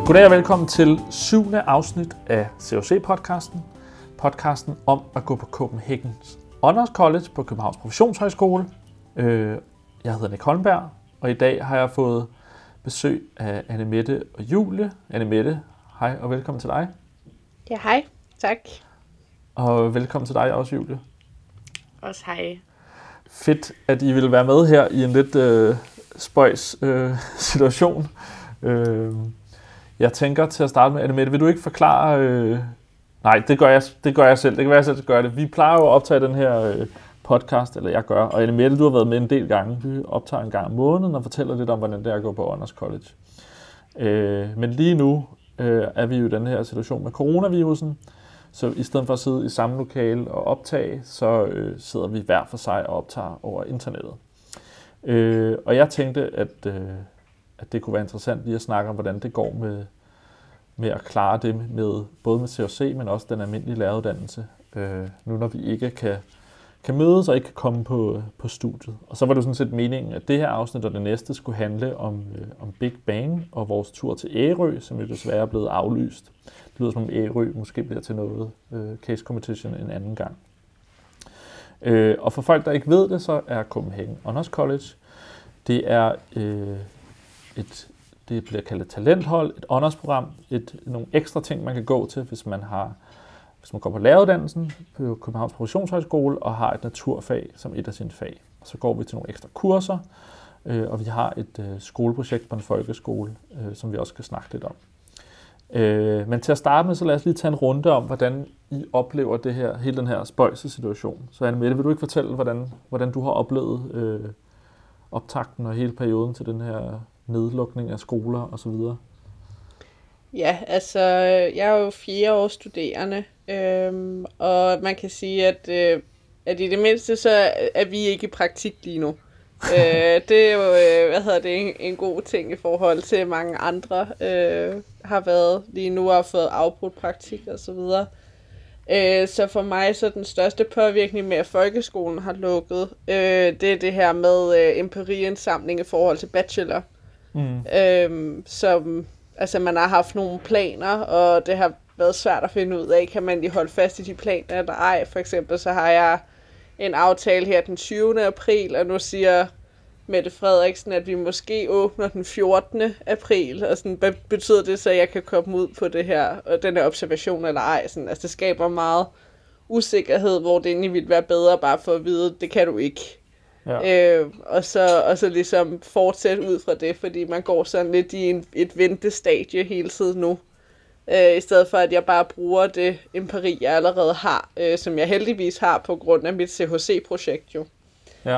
Goddag og velkommen til 7. afsnit af COC-podcasten. Podcasten om at gå på Copenhagen's Honors College på Københavns Professionshøjskole. Jeg hedder Nick Holmberg, og i dag har jeg fået besøg af Annemette og Julie. Annemette, hej og velkommen til dig. Ja, hej. Tak. Og velkommen til dig også, Julie. Også hej. Fedt, at I vil være med her i en lidt spøjs situation. Jeg tænker til at starte med, Annemette, vil du ikke forklare... Nej, det gør jeg selv. Det kan være, jeg selv skal gøre det. Vi plejer jo at optage den her podcast, eller jeg gør. Og Annemette, du har været med en del gange. Vi optager en gang om måneden og fortæller lidt om, hvordan det er at gå på Honors College. Men lige nu er vi jo i den her situation med coronavirusen. Så i stedet for at sidde i samme lokale og optage, så sidder vi hver for sig og optager over internettet. Og jeg tænkte, at det kunne være interessant lige at snakke om, hvordan det går med at klare det med både med COC, men også den almindelige læreruddannelse, nu når vi ikke kan mødes og ikke kan komme på studiet. Og så var det sådan set meningen, at det her afsnit og det næste skulle handle om Big Bang og vores tur til Ærø, som jo desværre er blevet aflyst. Det lyder som om Ærø måske bliver til noget case competition en anden gang. Og for folk, der ikke ved det, så er Copenhagen Honors College, det er det bliver kaldt et talenthold, et honorsprogram, nogle ekstra ting, man kan gå til, hvis man går på læreruddannelsen på Københavns Professionshøjskole og har et naturfag som et af sine fag. Så går vi til nogle ekstra kurser, og vi har et skoleprojekt på en folkeskole, som vi også skal snakke lidt om. Men til at starte med, så lad os lige tage en runde om, hvordan I oplever det her, hele den her spøjse situation. Så Annemette, vil du ikke fortælle, hvordan du har oplevet optakten og hele perioden til den her nedlukning af skoler og så videre? Ja, altså jeg er jo 4 år studerende, og man kan sige, at i det mindste så er vi ikke i praktik lige nu. Det er jo en god ting i forhold til mange andre har været lige nu og har fået afbrudt praktik og så videre. Så for mig så den største påvirkning med, at folkeskolen har lukket, det er det her med empiriindsamling i forhold til bachelor. Som altså man har haft nogle planer, og det har været svært at finde ud af, kan man lige holde fast i de planer eller ej. For eksempel så har jeg en aftale her den 20. april, og nu siger Mette Frederiksen, at vi måske åbner den 14. april, og sådan, hvad betyder det så, at jeg kan komme ud på det her, og den her observation eller ej. Sådan, altså det skaber meget usikkerhed, hvor det egentlig ville være bedre bare for at vide, det kan du ikke. Ja. Og så ligesom fortsætte ud fra det, fordi man går sådan lidt i et ventestadie hele tiden nu. I stedet for, at jeg bare bruger det empiri, jeg allerede har, som jeg heldigvis har på grund af mit CHC-projekt jo. Ja.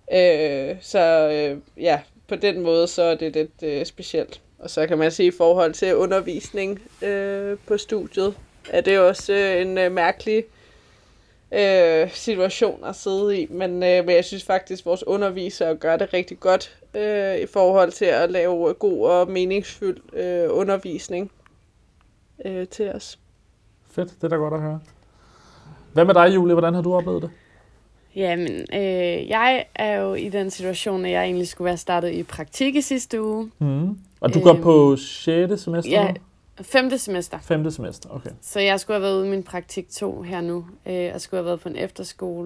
Så på den måde, så er det lidt specielt. Og så kan man sige, i forhold til undervisning på studiet, er det også en mærkelig situation at sidde i, men jeg synes faktisk, at vores undervisere gør det rigtig godt i forhold til at lave god og meningsfuld undervisning til os. Fedt, det er da godt at høre. Hvad med dig, Julie? Hvordan har du oplevet det? Jamen, jeg er jo i den situation, at jeg egentlig skulle være startet i praktik i sidste uge. Og du går på 6. semester? Ja, 5. semester. 5. semester, okay. Så jeg skulle have været ude i min praktik 2 her nu, og skulle have været på en efterskole.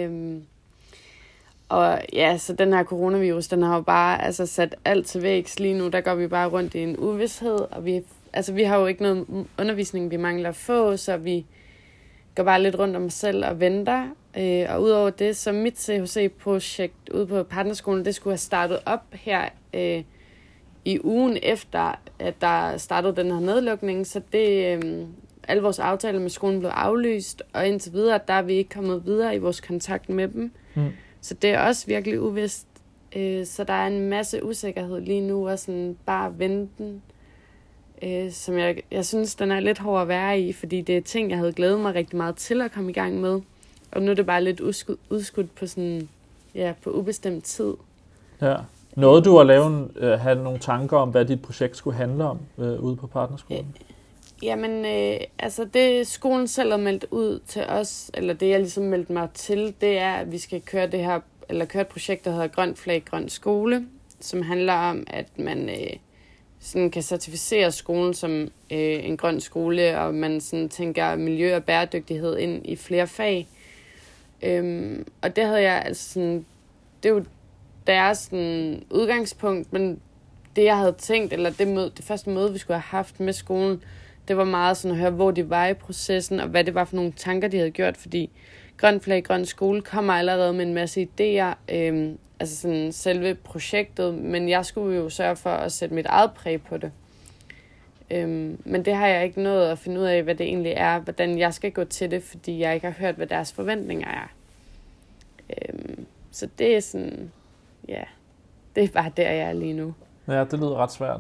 Og ja, så den her coronavirus, den har jo bare sat alt til vægs. Lige nu, der går vi bare rundt i en uvished, og vi har jo ikke noget undervisning, vi mangler at få, så vi går bare lidt rundt om os selv og venter. Og udover det, så mit CHC-projekt ude på partnerskolen, det skulle have startet op her i ugen efter, at der startede den her nedlukning. Så det, alle vores aftaler med skolen blev aflyst, og indtil videre, der er vi ikke kommet videre i vores kontakt med dem. Så det er også virkelig uvist. Så der er en masse usikkerhed lige nu, og sådan bare venten, som jeg synes, den er lidt hård at være i, fordi det er ting, jeg havde glædet mig rigtig meget til at komme i gang med. Og nu er det bare lidt udskudt på sådan, ja, på ubestemt tid. Ja. Nåede du at have nogle tanker om, hvad dit projekt skulle handle om ude på partnerskolen? Jamen, det skolen selv har meldt ud til os, eller det jeg ligesom meldte mig til, det er, at vi skal køre køre et projekt, der hedder Grønt Flag, Grøn Skole, som handler om, at man sådan kan certificere skolen som en grøn skole, og man sådan tænker miljø og bæredygtighed ind i flere fag. Og det havde jeg altså sådan, det er jo deres sådan udgangspunkt, men det jeg havde tænkt, eller det første møde, vi skulle have haft med skolen, det var meget sådan at høre, hvor de var i processen, og hvad det var for nogle tanker, de havde gjort, fordi Grøn Flag, Grøn Skole kommer allerede med en masse idéer, altså sådan selve projektet, men jeg skulle jo sørge for at sætte mit eget præg på det. Men det har jeg ikke nået at finde ud af, hvad det egentlig er, hvordan jeg skal gå til det, fordi jeg ikke har hørt, hvad deres forventninger er. Så det er sådan, ja, det er bare der, jeg er lige nu. Ja, det lyder ret svært.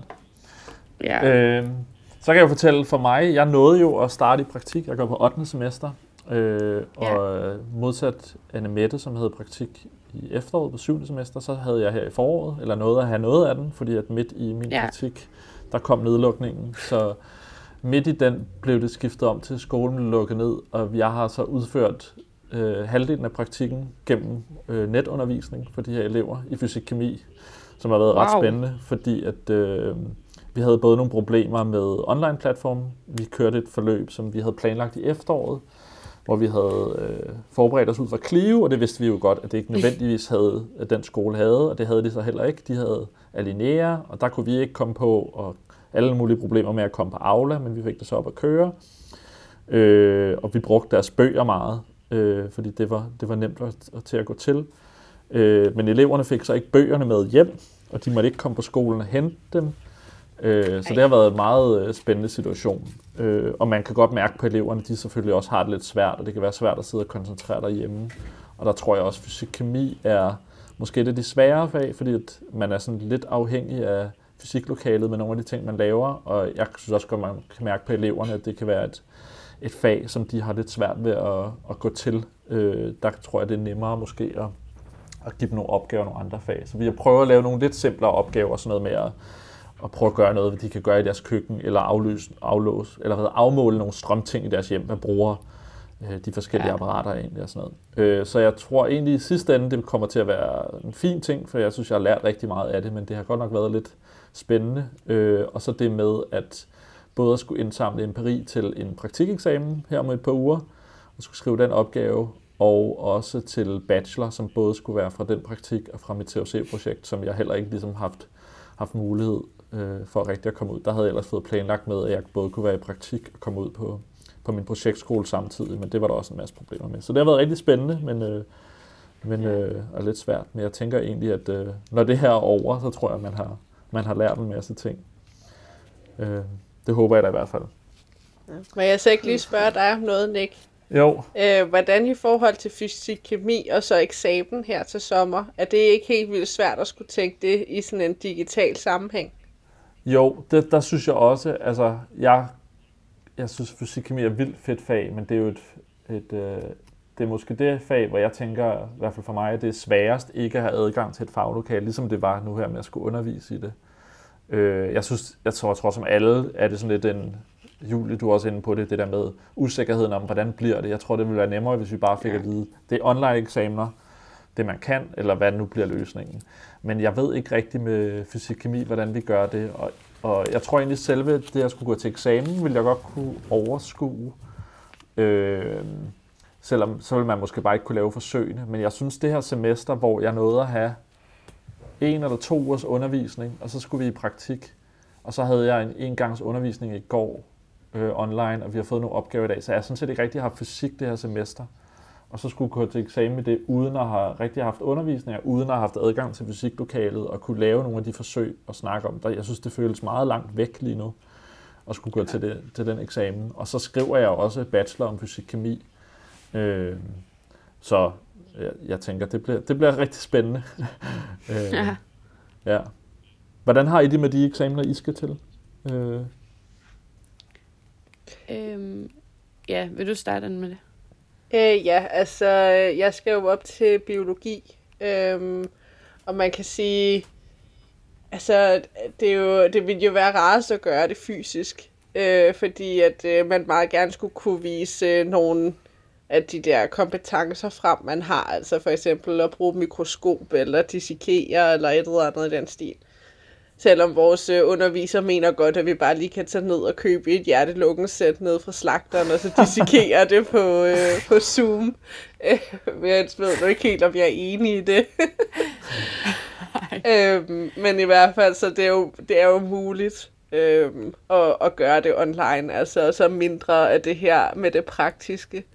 Ja. Så kan jeg jo fortælle for mig, jeg nåede jo at starte i praktik. Jeg går på 8. semester, og modsat Anne-Mette, som havde praktik i efteråret på 7. semester, så havde jeg her i foråret, eller nåede at have noget af den, fordi at midt i min praktik, der kom nedlukningen. Så midt i den blev det skiftet om til, skolen blev lukket ned, og jeg har så udført halvdelen af praktikken gennem netundervisning for de her elever i fysik-kemi, som har været ret spændende, fordi at vi havde både nogle problemer med online-platformen. Vi kørte et forløb, som vi havde planlagt i efteråret, hvor vi havde forberedt os ud fra Clio, og det vidste vi jo godt, at det ikke nødvendigvis havde, at den skole havde, og det havde de så heller ikke. De havde Alinea, og der kunne vi ikke komme på, og alle mulige problemer med at komme på Aula, men vi fik det så op at køre. Og vi brugte deres bøger meget, fordi det var nemt til at gå til. Men eleverne fik så ikke bøgerne med hjem, og de måtte ikke komme på skolen og hente dem. Så det har været en meget spændende situation. Og man kan godt mærke på eleverne, de selvfølgelig også har det lidt svært, og det kan være svært at sidde og koncentrere derhjemme. Og der tror jeg også, at fysik-kemi er måske det de svære fag, fordi at man er sådan lidt afhængig af fysiklokalet med nogle af de ting, man laver. Og jeg synes også godt, man kan mærke på eleverne, at det kan være et fag, som de har lidt svært ved at gå til. Der tror jeg, det er nemmere måske at give dem nogle opgaver nogle andre fag. Så vi har prøvet at lave nogle lidt simplere opgaver, sådan noget med at prøve at gøre noget, de kan gøre i deres køkken, eller afmåle nogle strømting i deres hjem, hvad bruger de forskellige apparater egentlig og sådan noget. Så jeg tror egentlig i sidste ende, det kommer til at være en fin ting, for jeg synes, jeg har lært rigtig meget af det, men det har godt nok været lidt spændende. Og så det med, at både at skulle indsamle empiri til en praktikeksamen her om et par uger, og skulle skrive den opgave, og også til bachelor, som både skulle være fra den praktik og fra mit THC-projekt, som jeg heller ikke ligesom haft mulighed for rigtig at komme ud. Der havde jeg ellers fået planlagt med, at jeg både kunne være i praktik og komme ud på min projektskole samtidig, men det var der også en masse problemer med. Så det har været rigtig spændende, men er lidt svært. Men jeg tænker egentlig, at når det her er over, så tror jeg, at man har lært en masse ting. Det håber jeg da i hvert fald. Ja. Må jeg så ikke lige spørge dig om noget, Nick? Jo. Hvordan i forhold til fysik-kemi og så eksamen her til sommer, er det ikke helt vildt svært at skulle tænke det i sådan en digital sammenhæng? Jo, der synes jeg også, altså jeg synes fysik-kemi er et vildt fedt fag, men det er jo det er måske det fag, hvor jeg tænker, i hvert fald for mig, at det er sværest ikke at have adgang til et faglokale, ligesom det var nu her med at skulle undervise i det. Jeg tror som alle er det sådan lidt en, Julie, du er også inde på det der med usikkerheden om, hvordan bliver det. Jeg tror, det ville være nemmere, hvis vi bare fik at vide, det er online-eksamener, det man kan, eller hvad nu bliver løsningen. Men jeg ved ikke rigtigt med fysik-kemi, hvordan vi gør det, og jeg tror egentlig selve det, at skulle gå til eksamen, ville jeg godt kunne overskue, selvom så ville man måske bare ikke kunne lave forsøgene. Men jeg synes, det her semester, hvor jeg nåede at have 1 eller 2 ugers undervisning, og så skulle vi i praktik, og så havde jeg en gangs undervisning i går online, og vi har fået nogle opgaver i dag, så jeg har sådan set ikke rigtig haft fysik det her semester. Og så skulle gå til eksamen med det, uden at have rigtig haft undervisning, uden at have haft adgang til fysiklokalet, og kunne lave nogle af de forsøg og snakke om det. Jeg synes, det føles meget langt væk lige nu, at skulle gå til den eksamen. Og så skriver jeg også bachelor om fysik-kemi. Så jeg tænker, det bliver rigtig spændende. Ja. Hvordan har I det med de eksamener, I skal til? Ja, vil du starte med det? Ja, altså, jeg skal jo op til biologi, og man kan sige, altså, det ville jo være rarest at gøre det fysisk, fordi at man meget gerne skulle kunne vise nogle af de der kompetencer frem, man har, altså for eksempel at bruge mikroskop, eller dissekere, eller et eller andet i den stil. Selvom vores underviser mener godt, at vi bare lige kan tage ned og købe et hjertelukkensæt ned fra slagteren, og så dissekere det på Zoom. Men jeg ved nu ikke helt, om jeg er enig i det. Men i hvert fald, så det er jo muligt at gøre det online, altså så mindre af det her med det praktiske.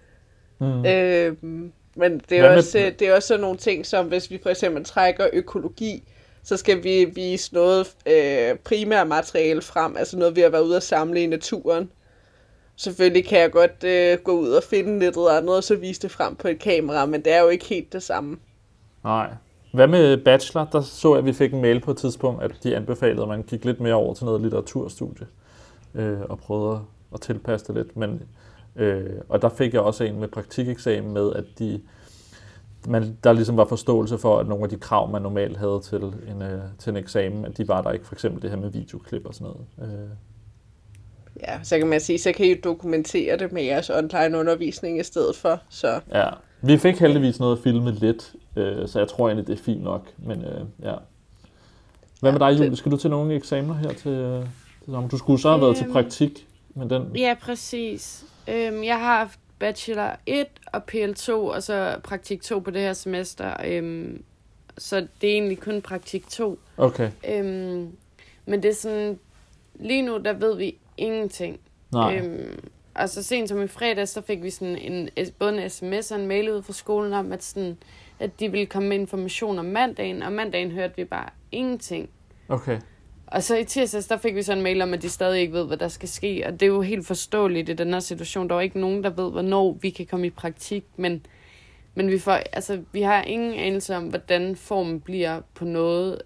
Men det er også sådan nogle ting, som hvis vi for eksempel trækker økologi, så skal vi vise noget primært materiale frem, altså noget vi har været ude at samle i naturen. Selvfølgelig kan jeg godt gå ud og finde lidt eller andet, og så vise det frem på et kamera, men det er jo ikke helt det samme. Nej. Hvad med bachelor? Der så jeg, at vi fik en mail på et tidspunkt, at de anbefalede, at man gik lidt mere over til noget litteraturstudie og prøvede at tilpasse det lidt. Men, og der fik jeg også en med praktikeksamen med, at der ligesom var forståelse for, at nogle af de krav, man normalt havde til en eksamen, at de var der ikke. For eksempel det her med videoklip og sådan noget. Ja, så kan man sige, så kan I dokumentere det med jeres online undervisning i stedet for. Så. Ja, vi fik heldigvis noget filmet lidt, så jeg tror egentlig, det er fint nok. Men ja. Hvad med dig, Julie? Skal du til nogle eksamener her til sommer? Du skulle så have været til praktik med den. Ja, præcis. Jeg har haft bachelor 1 og PL2, og så praktik 2 på det her semester. Så det er egentlig kun praktik 2. Okay. Men det er sådan, lige nu, der ved vi ingenting. Nej. Og så sent som i fredag, så fik vi sådan både en sms og en mail ud fra skolen om, at de ville komme med information om mandagen, og mandagen hørte vi bare ingenting. Okay. Og så i tirsdags, der fik vi så en mail om, at de stadig ikke ved, hvad der skal ske, og det er jo helt forståeligt i den her situation. Der er ikke nogen, der ved, hvornår vi kan komme i praktik, men vi har ingen anelse om, hvordan formen bliver på noget.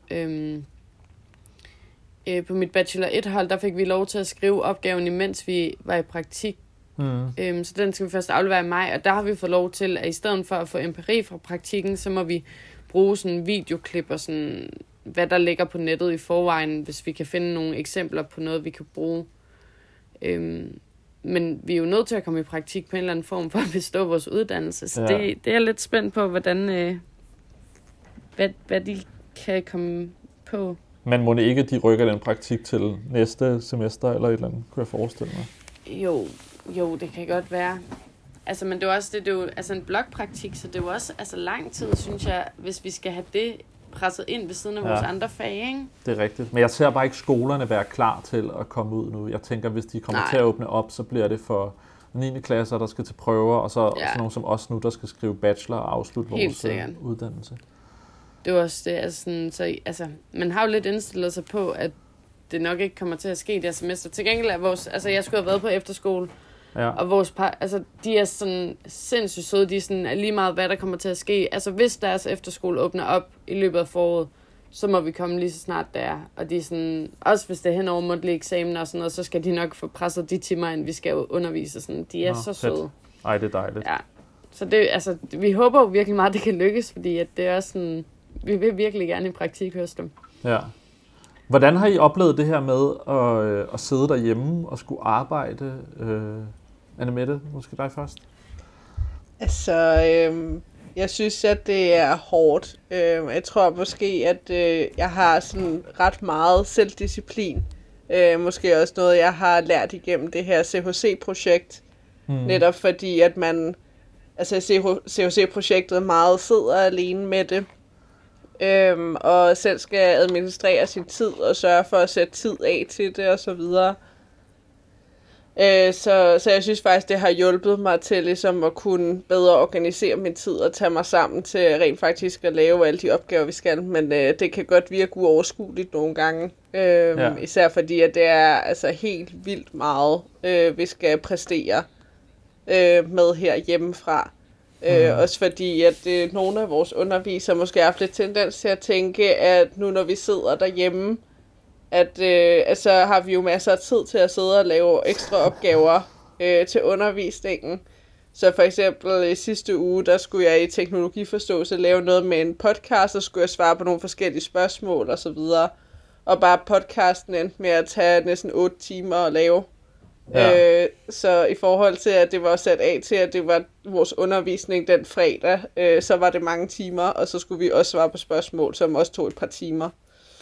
På mit bachelor 1-hold, der fik vi lov til at skrive opgaven, imens vi var i praktik. Så den skal vi først aflevere i maj, og der har vi fået lov til, at i stedet for at få empiri fra praktikken, så må vi bruge sådan videoklip og sådan, hvad der ligger på nettet i forvejen, hvis vi kan finde nogle eksempler på noget, vi kan bruge. Men vi er jo nødt til at komme i praktik på en eller anden form for at bestå vores uddannelse, så det er jeg lidt spændt på, hvordan hvad de kan komme på. Men må det ikke, de rykker den praktik til næste semester eller et eller andet, kunne jeg forestille mig? Jo, det kan godt være. Altså, men det er også det er jo altså en blokpraktik, så det er jo også lang tid, synes jeg, hvis vi skal have det presset ind ved siden af vores andre fag, ikke? Det er rigtigt. Men jeg ser bare ikke skolerne være klar til at komme ud nu. Jeg tænker, hvis de kommer til at åbne op, så bliver det for 9. klasser, der skal til prøver, og så sådan nogle som os nu, der skal skrive bachelor og afslutte vores uddannelse. Det er også det, altså, man har jo lidt indstillet sig på, at det nok ikke kommer til at ske det her semester. Til gengæld er jeg skulle have været på efterskole, og vores de er sådan sindssygt søde, de er sådan lige meget, hvad der kommer til at ske. Altså, hvis deres efterskole åbner op i løbet af foråret, så må vi komme lige så snart der. Og de er sådan, også hvis det er hen over mundtlige eksamen og sådan noget, så skal de nok få presset de timer ind, vi skal undervise. Sådan. De er så søde. Ej, det er dejligt. Ja. Så det, vi håber jo virkelig meget, det kan lykkes, fordi at det er også sådan, vi vil virkelig gerne i praktik hos dem. Ja. Hvordan har I oplevet det her med at sidde derhjemme og skulle arbejde? Annemette, måske dig først. Altså, jeg synes, at det er hårdt. Jeg tror måske, at jeg har sådan ret meget selvdisciplin. Måske også noget, jeg har lært igennem det her CHC-projekt. Netop fordi, at man, altså CHC-projektet meget sidder alene med det. Og selv skal administrere sin tid og sørge for at sætte tid af til det og så videre. Så jeg synes faktisk, det har hjulpet mig til ligesom at kunne bedre organisere min tid og tage mig sammen til rent faktisk at lave alle de opgaver, vi skal. Men det kan godt virke uoverskueligt nogle gange. Især fordi, at det er altså helt vildt meget, vi skal præstere med her hjemmefra. Også fordi, at nogle af vores undervisere måske har haft lidt tendens til at tænke, at nu når vi sidder derhjemme, at så har vi jo masser af tid til at sidde og lave ekstra opgaver til undervisningen. Så for eksempel i sidste uge, der skulle jeg i teknologiforståelse lave noget med en podcast, og skulle jeg svare på nogle forskellige spørgsmål og så videre. Og bare podcasten endte med at tage næsten 8 timer at lave. Ja. Så i forhold til, at det var sat af til, at det var vores undervisning den fredag, så var det mange timer, og så skulle vi også svare på spørgsmål, som også tog et par timer.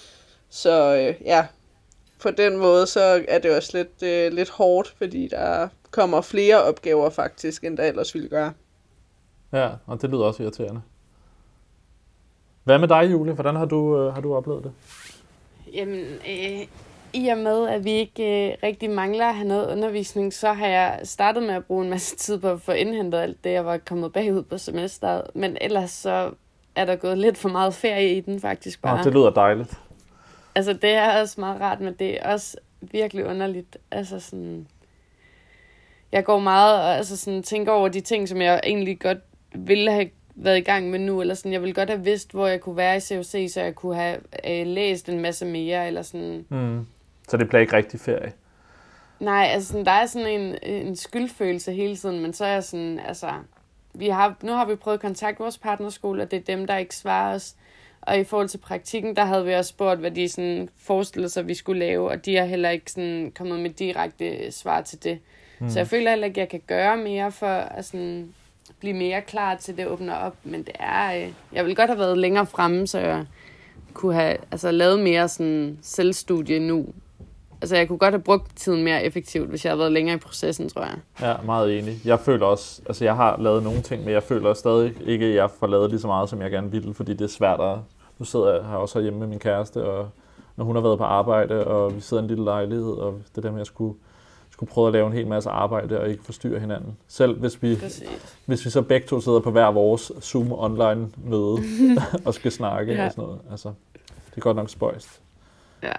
Så ja, på den måde, så er det også lidt hårdt, fordi der kommer flere opgaver faktisk, end der ellers ville gøre. Ja, og det lyder også irriterende. Hvad med dig, Julie? Hvordan har du oplevet det? Jamen, i og med, at vi ikke rigtig mangler at have noget undervisning, så har jeg startet med at bruge en masse tid på at få indhentet alt det, jeg var kommet bagud på semesteret. Men ellers så er der gået lidt for meget ferie i den faktisk bare. Det lyder dejligt. Altså, det er også meget rart, men det er også virkelig underligt. Altså sådan, jeg går meget og altså sådan, tænker over de ting, som jeg egentlig godt ville have været i gang med nu, eller sådan, jeg ville godt have vidst, hvor jeg kunne være i CUC, så jeg kunne have læst en masse mere, eller sådan. Så det bliver ikke rigtig ferie? Nej, altså sådan, der er sådan en skyldfølelse hele tiden, men så er jeg sådan, altså, nu har vi prøvet at kontakte vores partnerskole, og det er dem, der ikke svarer os. Og i forhold til praktikken, der havde vi også spurgt, hvad de sådan forestillede sig, vi skulle lave, og de har heller ikke sådan kommet med direkte svar til det. Så jeg føler heller ikke, at jeg kan gøre mere for at sådan blive mere klar til det åbner op, men det er, jeg ville godt have været længere fremme, så jeg kunne have lavet mere sådan selvstudie nu. Altså jeg kunne godt have brugt tiden mere effektivt, hvis jeg havde været længere i processen, tror jeg. Ja, meget enig. Jeg føler også, altså jeg har lavet nogle ting, men jeg føler stadig ikke, at jeg får lavet lige så meget, som jeg gerne ville, fordi det er svært at... Nu sidder jeg her også hjemme med min kæreste, og når hun har været på arbejde, og vi sidder i en lille lejlighed, og det der med, at jeg skulle prøve at lave en hel masse arbejde, og ikke forstyrre hinanden. Selv hvis vi så begge to sidder på hver vores Zoom online møde, og skal snakke og sådan noget. Altså, det er godt nok spøjst. Ja.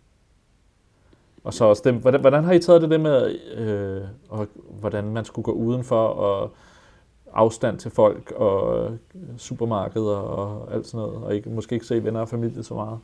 Og så også hvordan har I taget det med, og hvordan man skulle gå udenfor, og afstand til folk, og supermarkeder, og alt sådan noget, og måske ikke se venner og familie så meget?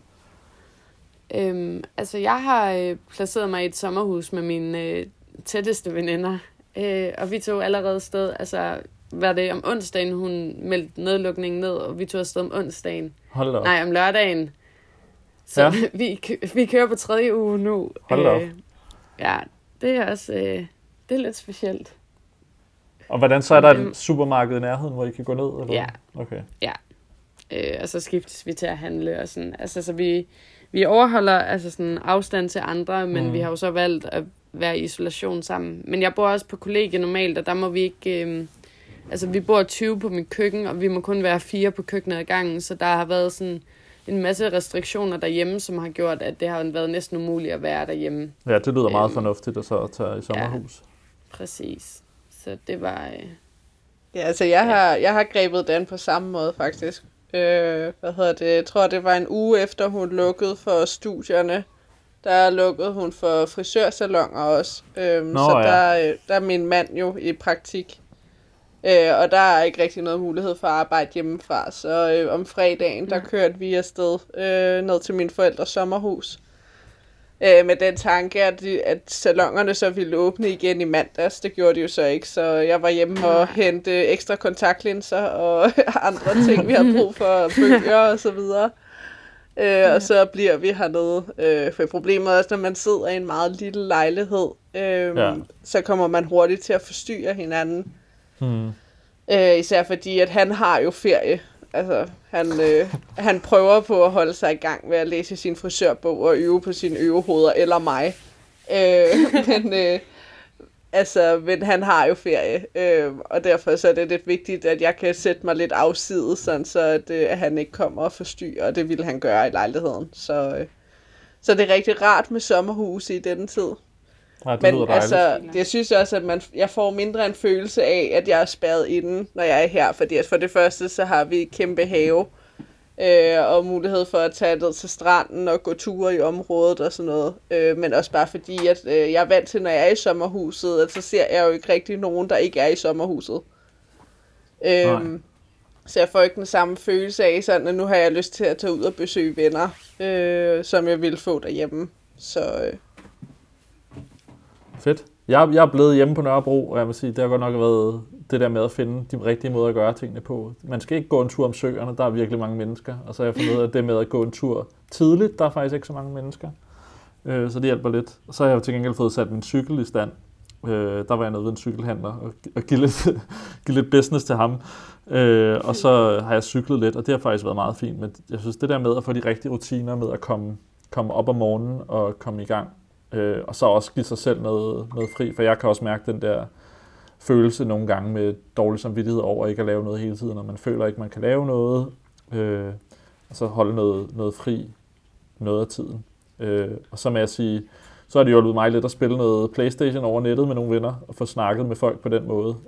Altså, jeg har placeret mig i et sommerhus med mine tætteste veninder, og vi tog allerede sted, altså, var det om onsdagen, hun meldte nedlukningen ned, og vi tog afsted om onsdagen. Hold da op. Nej, om lørdagen. Så ja. vi kører på 3. uge nu. Hold da op. Ja, det er også det er lidt specielt. Og hvordan så er der et supermarked i nærheden, hvor I kan gå ned? Eller? Ja. Okay. Ja. Og så skiftes vi til at handle og sådan. Altså, så vi overholder altså sådan afstand til andre, men vi har jo så valgt at være i isolation sammen. Men jeg bor også på kollegie normalt, og der må vi ikke... altså, vi bor 20 på mit køkken, og vi må kun være 4 på køkkenet ad gangen, så der har været sådan en masse restriktioner derhjemme, som har gjort, at det har været næsten umuligt at være derhjemme. Ja, det lyder meget fornuftigt at så tage i sommerhus. Ja, præcis. Så det var... Ja, altså jeg har grebet den på samme måde faktisk. Jeg tror det var en uge efter hun lukkede for studierne. Der lukkede hun for frisørsalonger også. Der er min mand jo i praktik. Og der er ikke rigtig noget mulighed for at arbejde hjemmefra. Så om fredagen, der kørte vi afsted ned til mine forældres sommerhus. Med den tanke, at salongerne så ville åbne igen i mandags. Det gjorde de jo så ikke, så jeg var hjemme og hente ekstra kontaktlinser og andre ting, vi har brug for, bøger og så videre. Og så bliver vi hernede. For problemet er også, når man sidder i en meget lille lejlighed, så kommer man hurtigt til at forstyrre hinanden. Især fordi, at han har jo ferie. Altså, han prøver på at holde sig i gang ved at læse sin frisørbog og øve på sine øvehoveder, eller mig. Men han har jo ferie, og derfor så er det lidt vigtigt, at jeg kan sætte mig lidt afsides, sådan så at han ikke kommer og forstyrrer, og det ville han gøre i lejligheden. Så det er rigtig rart med sommerhuse i denne tid. Ja, men altså, jeg synes også, at jeg får mindre en følelse af, at jeg er spærret inden, når jeg er her. Fordi for det første, så har vi kæmpe have, og mulighed for at tage ned til stranden og gå ture i området og sådan noget. Men også bare fordi, at jeg er vant til, når jeg er i sommerhuset, at så ser jeg jo ikke rigtig nogen, der ikke er i sommerhuset. Så jeg får ikke den samme følelse af, sådan, at nu har jeg lyst til at tage ud og besøge venner, som jeg ville få derhjemme. Så... Fedt. Jeg er blevet hjemme på Nørrebro, og jeg vil sige, det har godt nok været det der med at finde de rigtige måder at gøre tingene på. Man skal ikke gå en tur om søerne, der er virkelig mange mennesker. Og så har jeg fundet ud af, at det med at gå en tur tidligt, der er faktisk ikke så mange mennesker. Så det hjælper lidt. Og så har jeg jo til gengæld fået sat min cykel i stand. Der var jeg nede ved en cykelhandler og give lidt business til ham. Og så har jeg cyklet lidt, og det har faktisk været meget fint. Men jeg synes, det der med at få de rigtige rutiner med at komme komme op om morgenen og komme i gang. Og så også give sig selv noget fri, for jeg kan også mærke den der følelse nogle gange med dårlig samvittighed over ikke at lave noget hele tiden, når man føler ikke, man kan lave noget, og så holde noget fri noget af tiden. Og så må jeg sige, så har det hjulpet mig lidt at spille noget PlayStation over nettet med nogle venner, og få snakket med folk på den måde,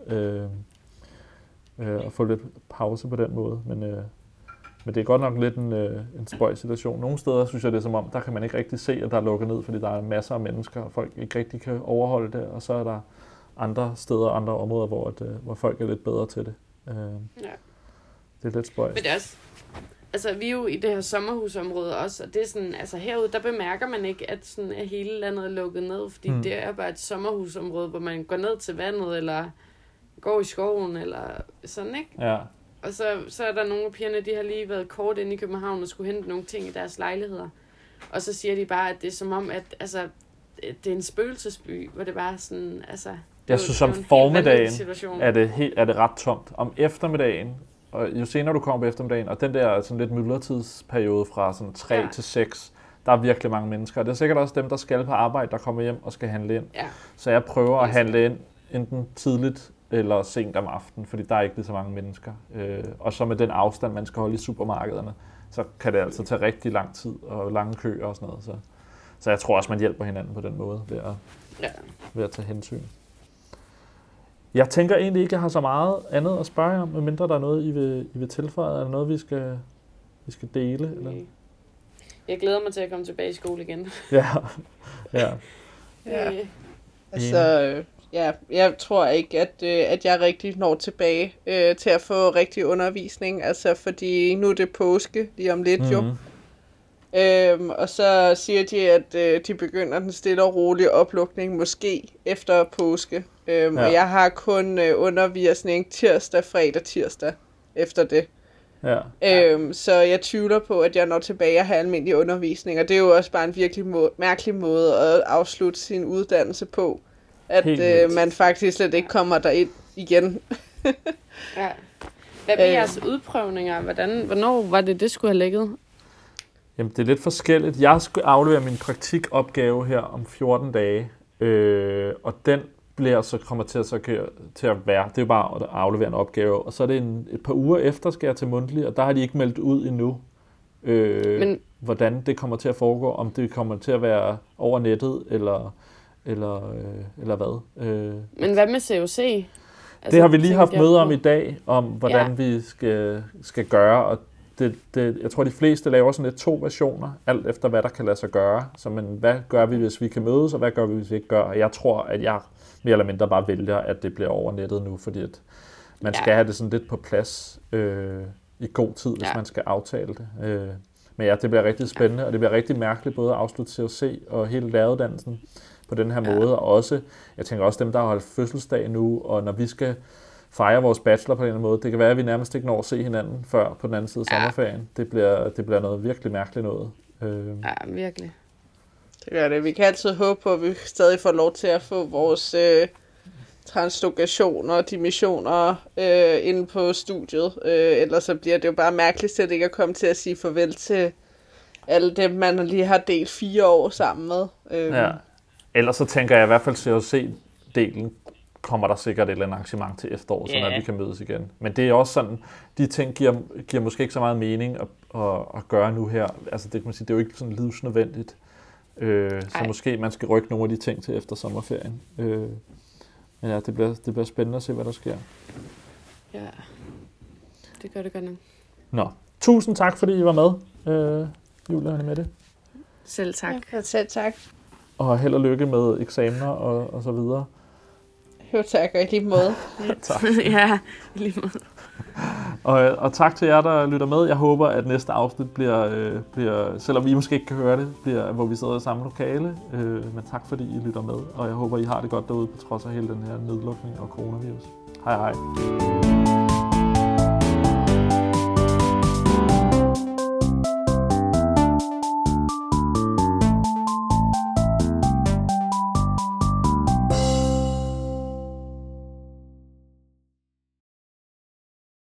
og få lidt pause på den måde. Men det er godt nok lidt en spøj situation. Nogle steder synes jeg, det er som om, der kan man ikke rigtig se, at der er lukket ned, fordi der er masser af mennesker, og folk ikke rigtig kan overholde det, og så er der andre steder, andre områder, hvor folk er lidt bedre til det. Det er lidt spøjst. Men det er også, altså vi er jo i det her sommerhusområde også, og det er sådan, altså herude, der bemærker man ikke, at sådan at hele landet er lukket ned, fordi det er bare et sommerhusområde, hvor man går ned til vandet, eller går i skoven, eller sådan, ikke? Ja. Og så er der nogle af pigerne, de har lige været kort inde i København og skulle hente nogle ting i deres lejligheder. Og så siger de bare, at det er som om, at altså, det er en spøgelsesby, hvor det bare sådan, altså... Jeg synes, om formiddagen er det ret tomt. Om eftermiddagen, og jo senere du kommer på eftermiddagen, og den der sådan lidt myldretidsperiode fra sådan 3 til 6, der er virkelig mange mennesker. Det er sikkert også dem, der skal på arbejde, der kommer hjem og skal handle ind. Ja. Så jeg prøver at handle ind enten tidligt eller sent om aftenen, fordi der er ikke lige så mange mennesker. Og så med den afstand, man skal holde i supermarkederne, så kan det altså tage rigtig lang tid og lange køer og sådan noget. Så jeg tror også, man hjælper hinanden på den måde ved at tage hensyn. Jeg tænker egentlig ikke, at jeg har så meget andet at spørge om, medmindre der er noget, I vil tilføje, eller noget, vi skal dele. Eller? Jeg glæder mig til at komme tilbage i skole igen. Ja. Altså, jeg tror ikke, at jeg rigtig når tilbage til at få rigtig undervisning, altså fordi nu er det påske lige om lidt jo. Og så siger de, at de begynder den stille og rolige oplukning måske efter påske. Og jeg har kun undervisning tirsdag, fredag, tirsdag efter det. Så jeg tvivler på, at jeg når tilbage og har almindelig undervisning, og det er jo også bare en virkelig mærkelig måde at afslutte sin uddannelse på, at man faktisk slet ikke kommer derind igen. Hvad med jeres udprøvninger? Hvornår var det skulle have ligget? Jamen, det er lidt forskelligt. Jeg skulle aflevere min praktikopgave her om 14 dage, og den kommer til at være, det er jo bare at aflevere en opgave, og så er det et par uger efter, skal jeg til mundtlig, og der har de ikke meldt ud endnu, hvordan det kommer til at foregå, om det kommer til at være over nettet, eller hvad. Men hvad med COC? Altså, det har vi lige haft møde om i dag, om hvordan vi skal gøre, og jeg tror, de fleste laver sådan lidt 2 versioner, alt efter hvad der kan lade sig gøre. Så men, hvad gør vi, hvis vi kan mødes, og hvad gør vi, hvis vi ikke gør? Og jeg tror, at jeg mere eller mindre bare vælger, at det bliver over nettet nu, fordi at man skal have det sådan lidt på plads i god tid, hvis man skal aftale det. Men ja, det bliver rigtig spændende, og det bliver rigtig mærkeligt både at afslutte COC og hele læreruddannelsen på den her måde. Og også, jeg tænker også dem, der har holdt fødselsdag nu, og når vi skal fejre vores bachelor på den måde. Det kan være, at vi nærmest ikke når at se hinanden før på den anden side af sommerferien. Det bliver noget virkelig mærkeligt noget. Ja, virkelig. Det gør det. Vi kan altid håbe på, at vi stadig får lov til at få vores translokationer og dimissioner inde på studiet. Ellers så bliver det jo bare mærkeligt, at det ikke er kommet til at sige farvel til alle dem, man lige har delt 4 år sammen med. Ellers så tænker jeg i hvert fald, at COC-delen kommer der sikkert et eller andet arrangement til efteråret, så vi kan mødes igen. Men det er også sådan, de ting giver måske ikke så meget mening at gøre nu her. Altså det kan man sige, det er jo ikke sådan livsnødvendigt. Så måske man skal rykke nogle af de ting til efter sommerferien. Men ja, det bliver spændende at se, hvad der sker. Ja, det gør det godt nok. Nå, tusind tak, fordi I var med, Julie og Mette. Selv tak. Ja, selv tak. Og held og lykke med eksamener og så videre. Jo, tak, og i lige måde. Tak. Ja, i lige måde. Og tak til jer, der lytter med. Jeg håber, at næste afsnit bliver selvom I måske ikke kan høre det, hvor vi sidder i samme lokale. Men tak, fordi I lytter med. Og jeg håber, I har det godt derude, på trods af hele den her nedlukning og coronavirus. Hej hej.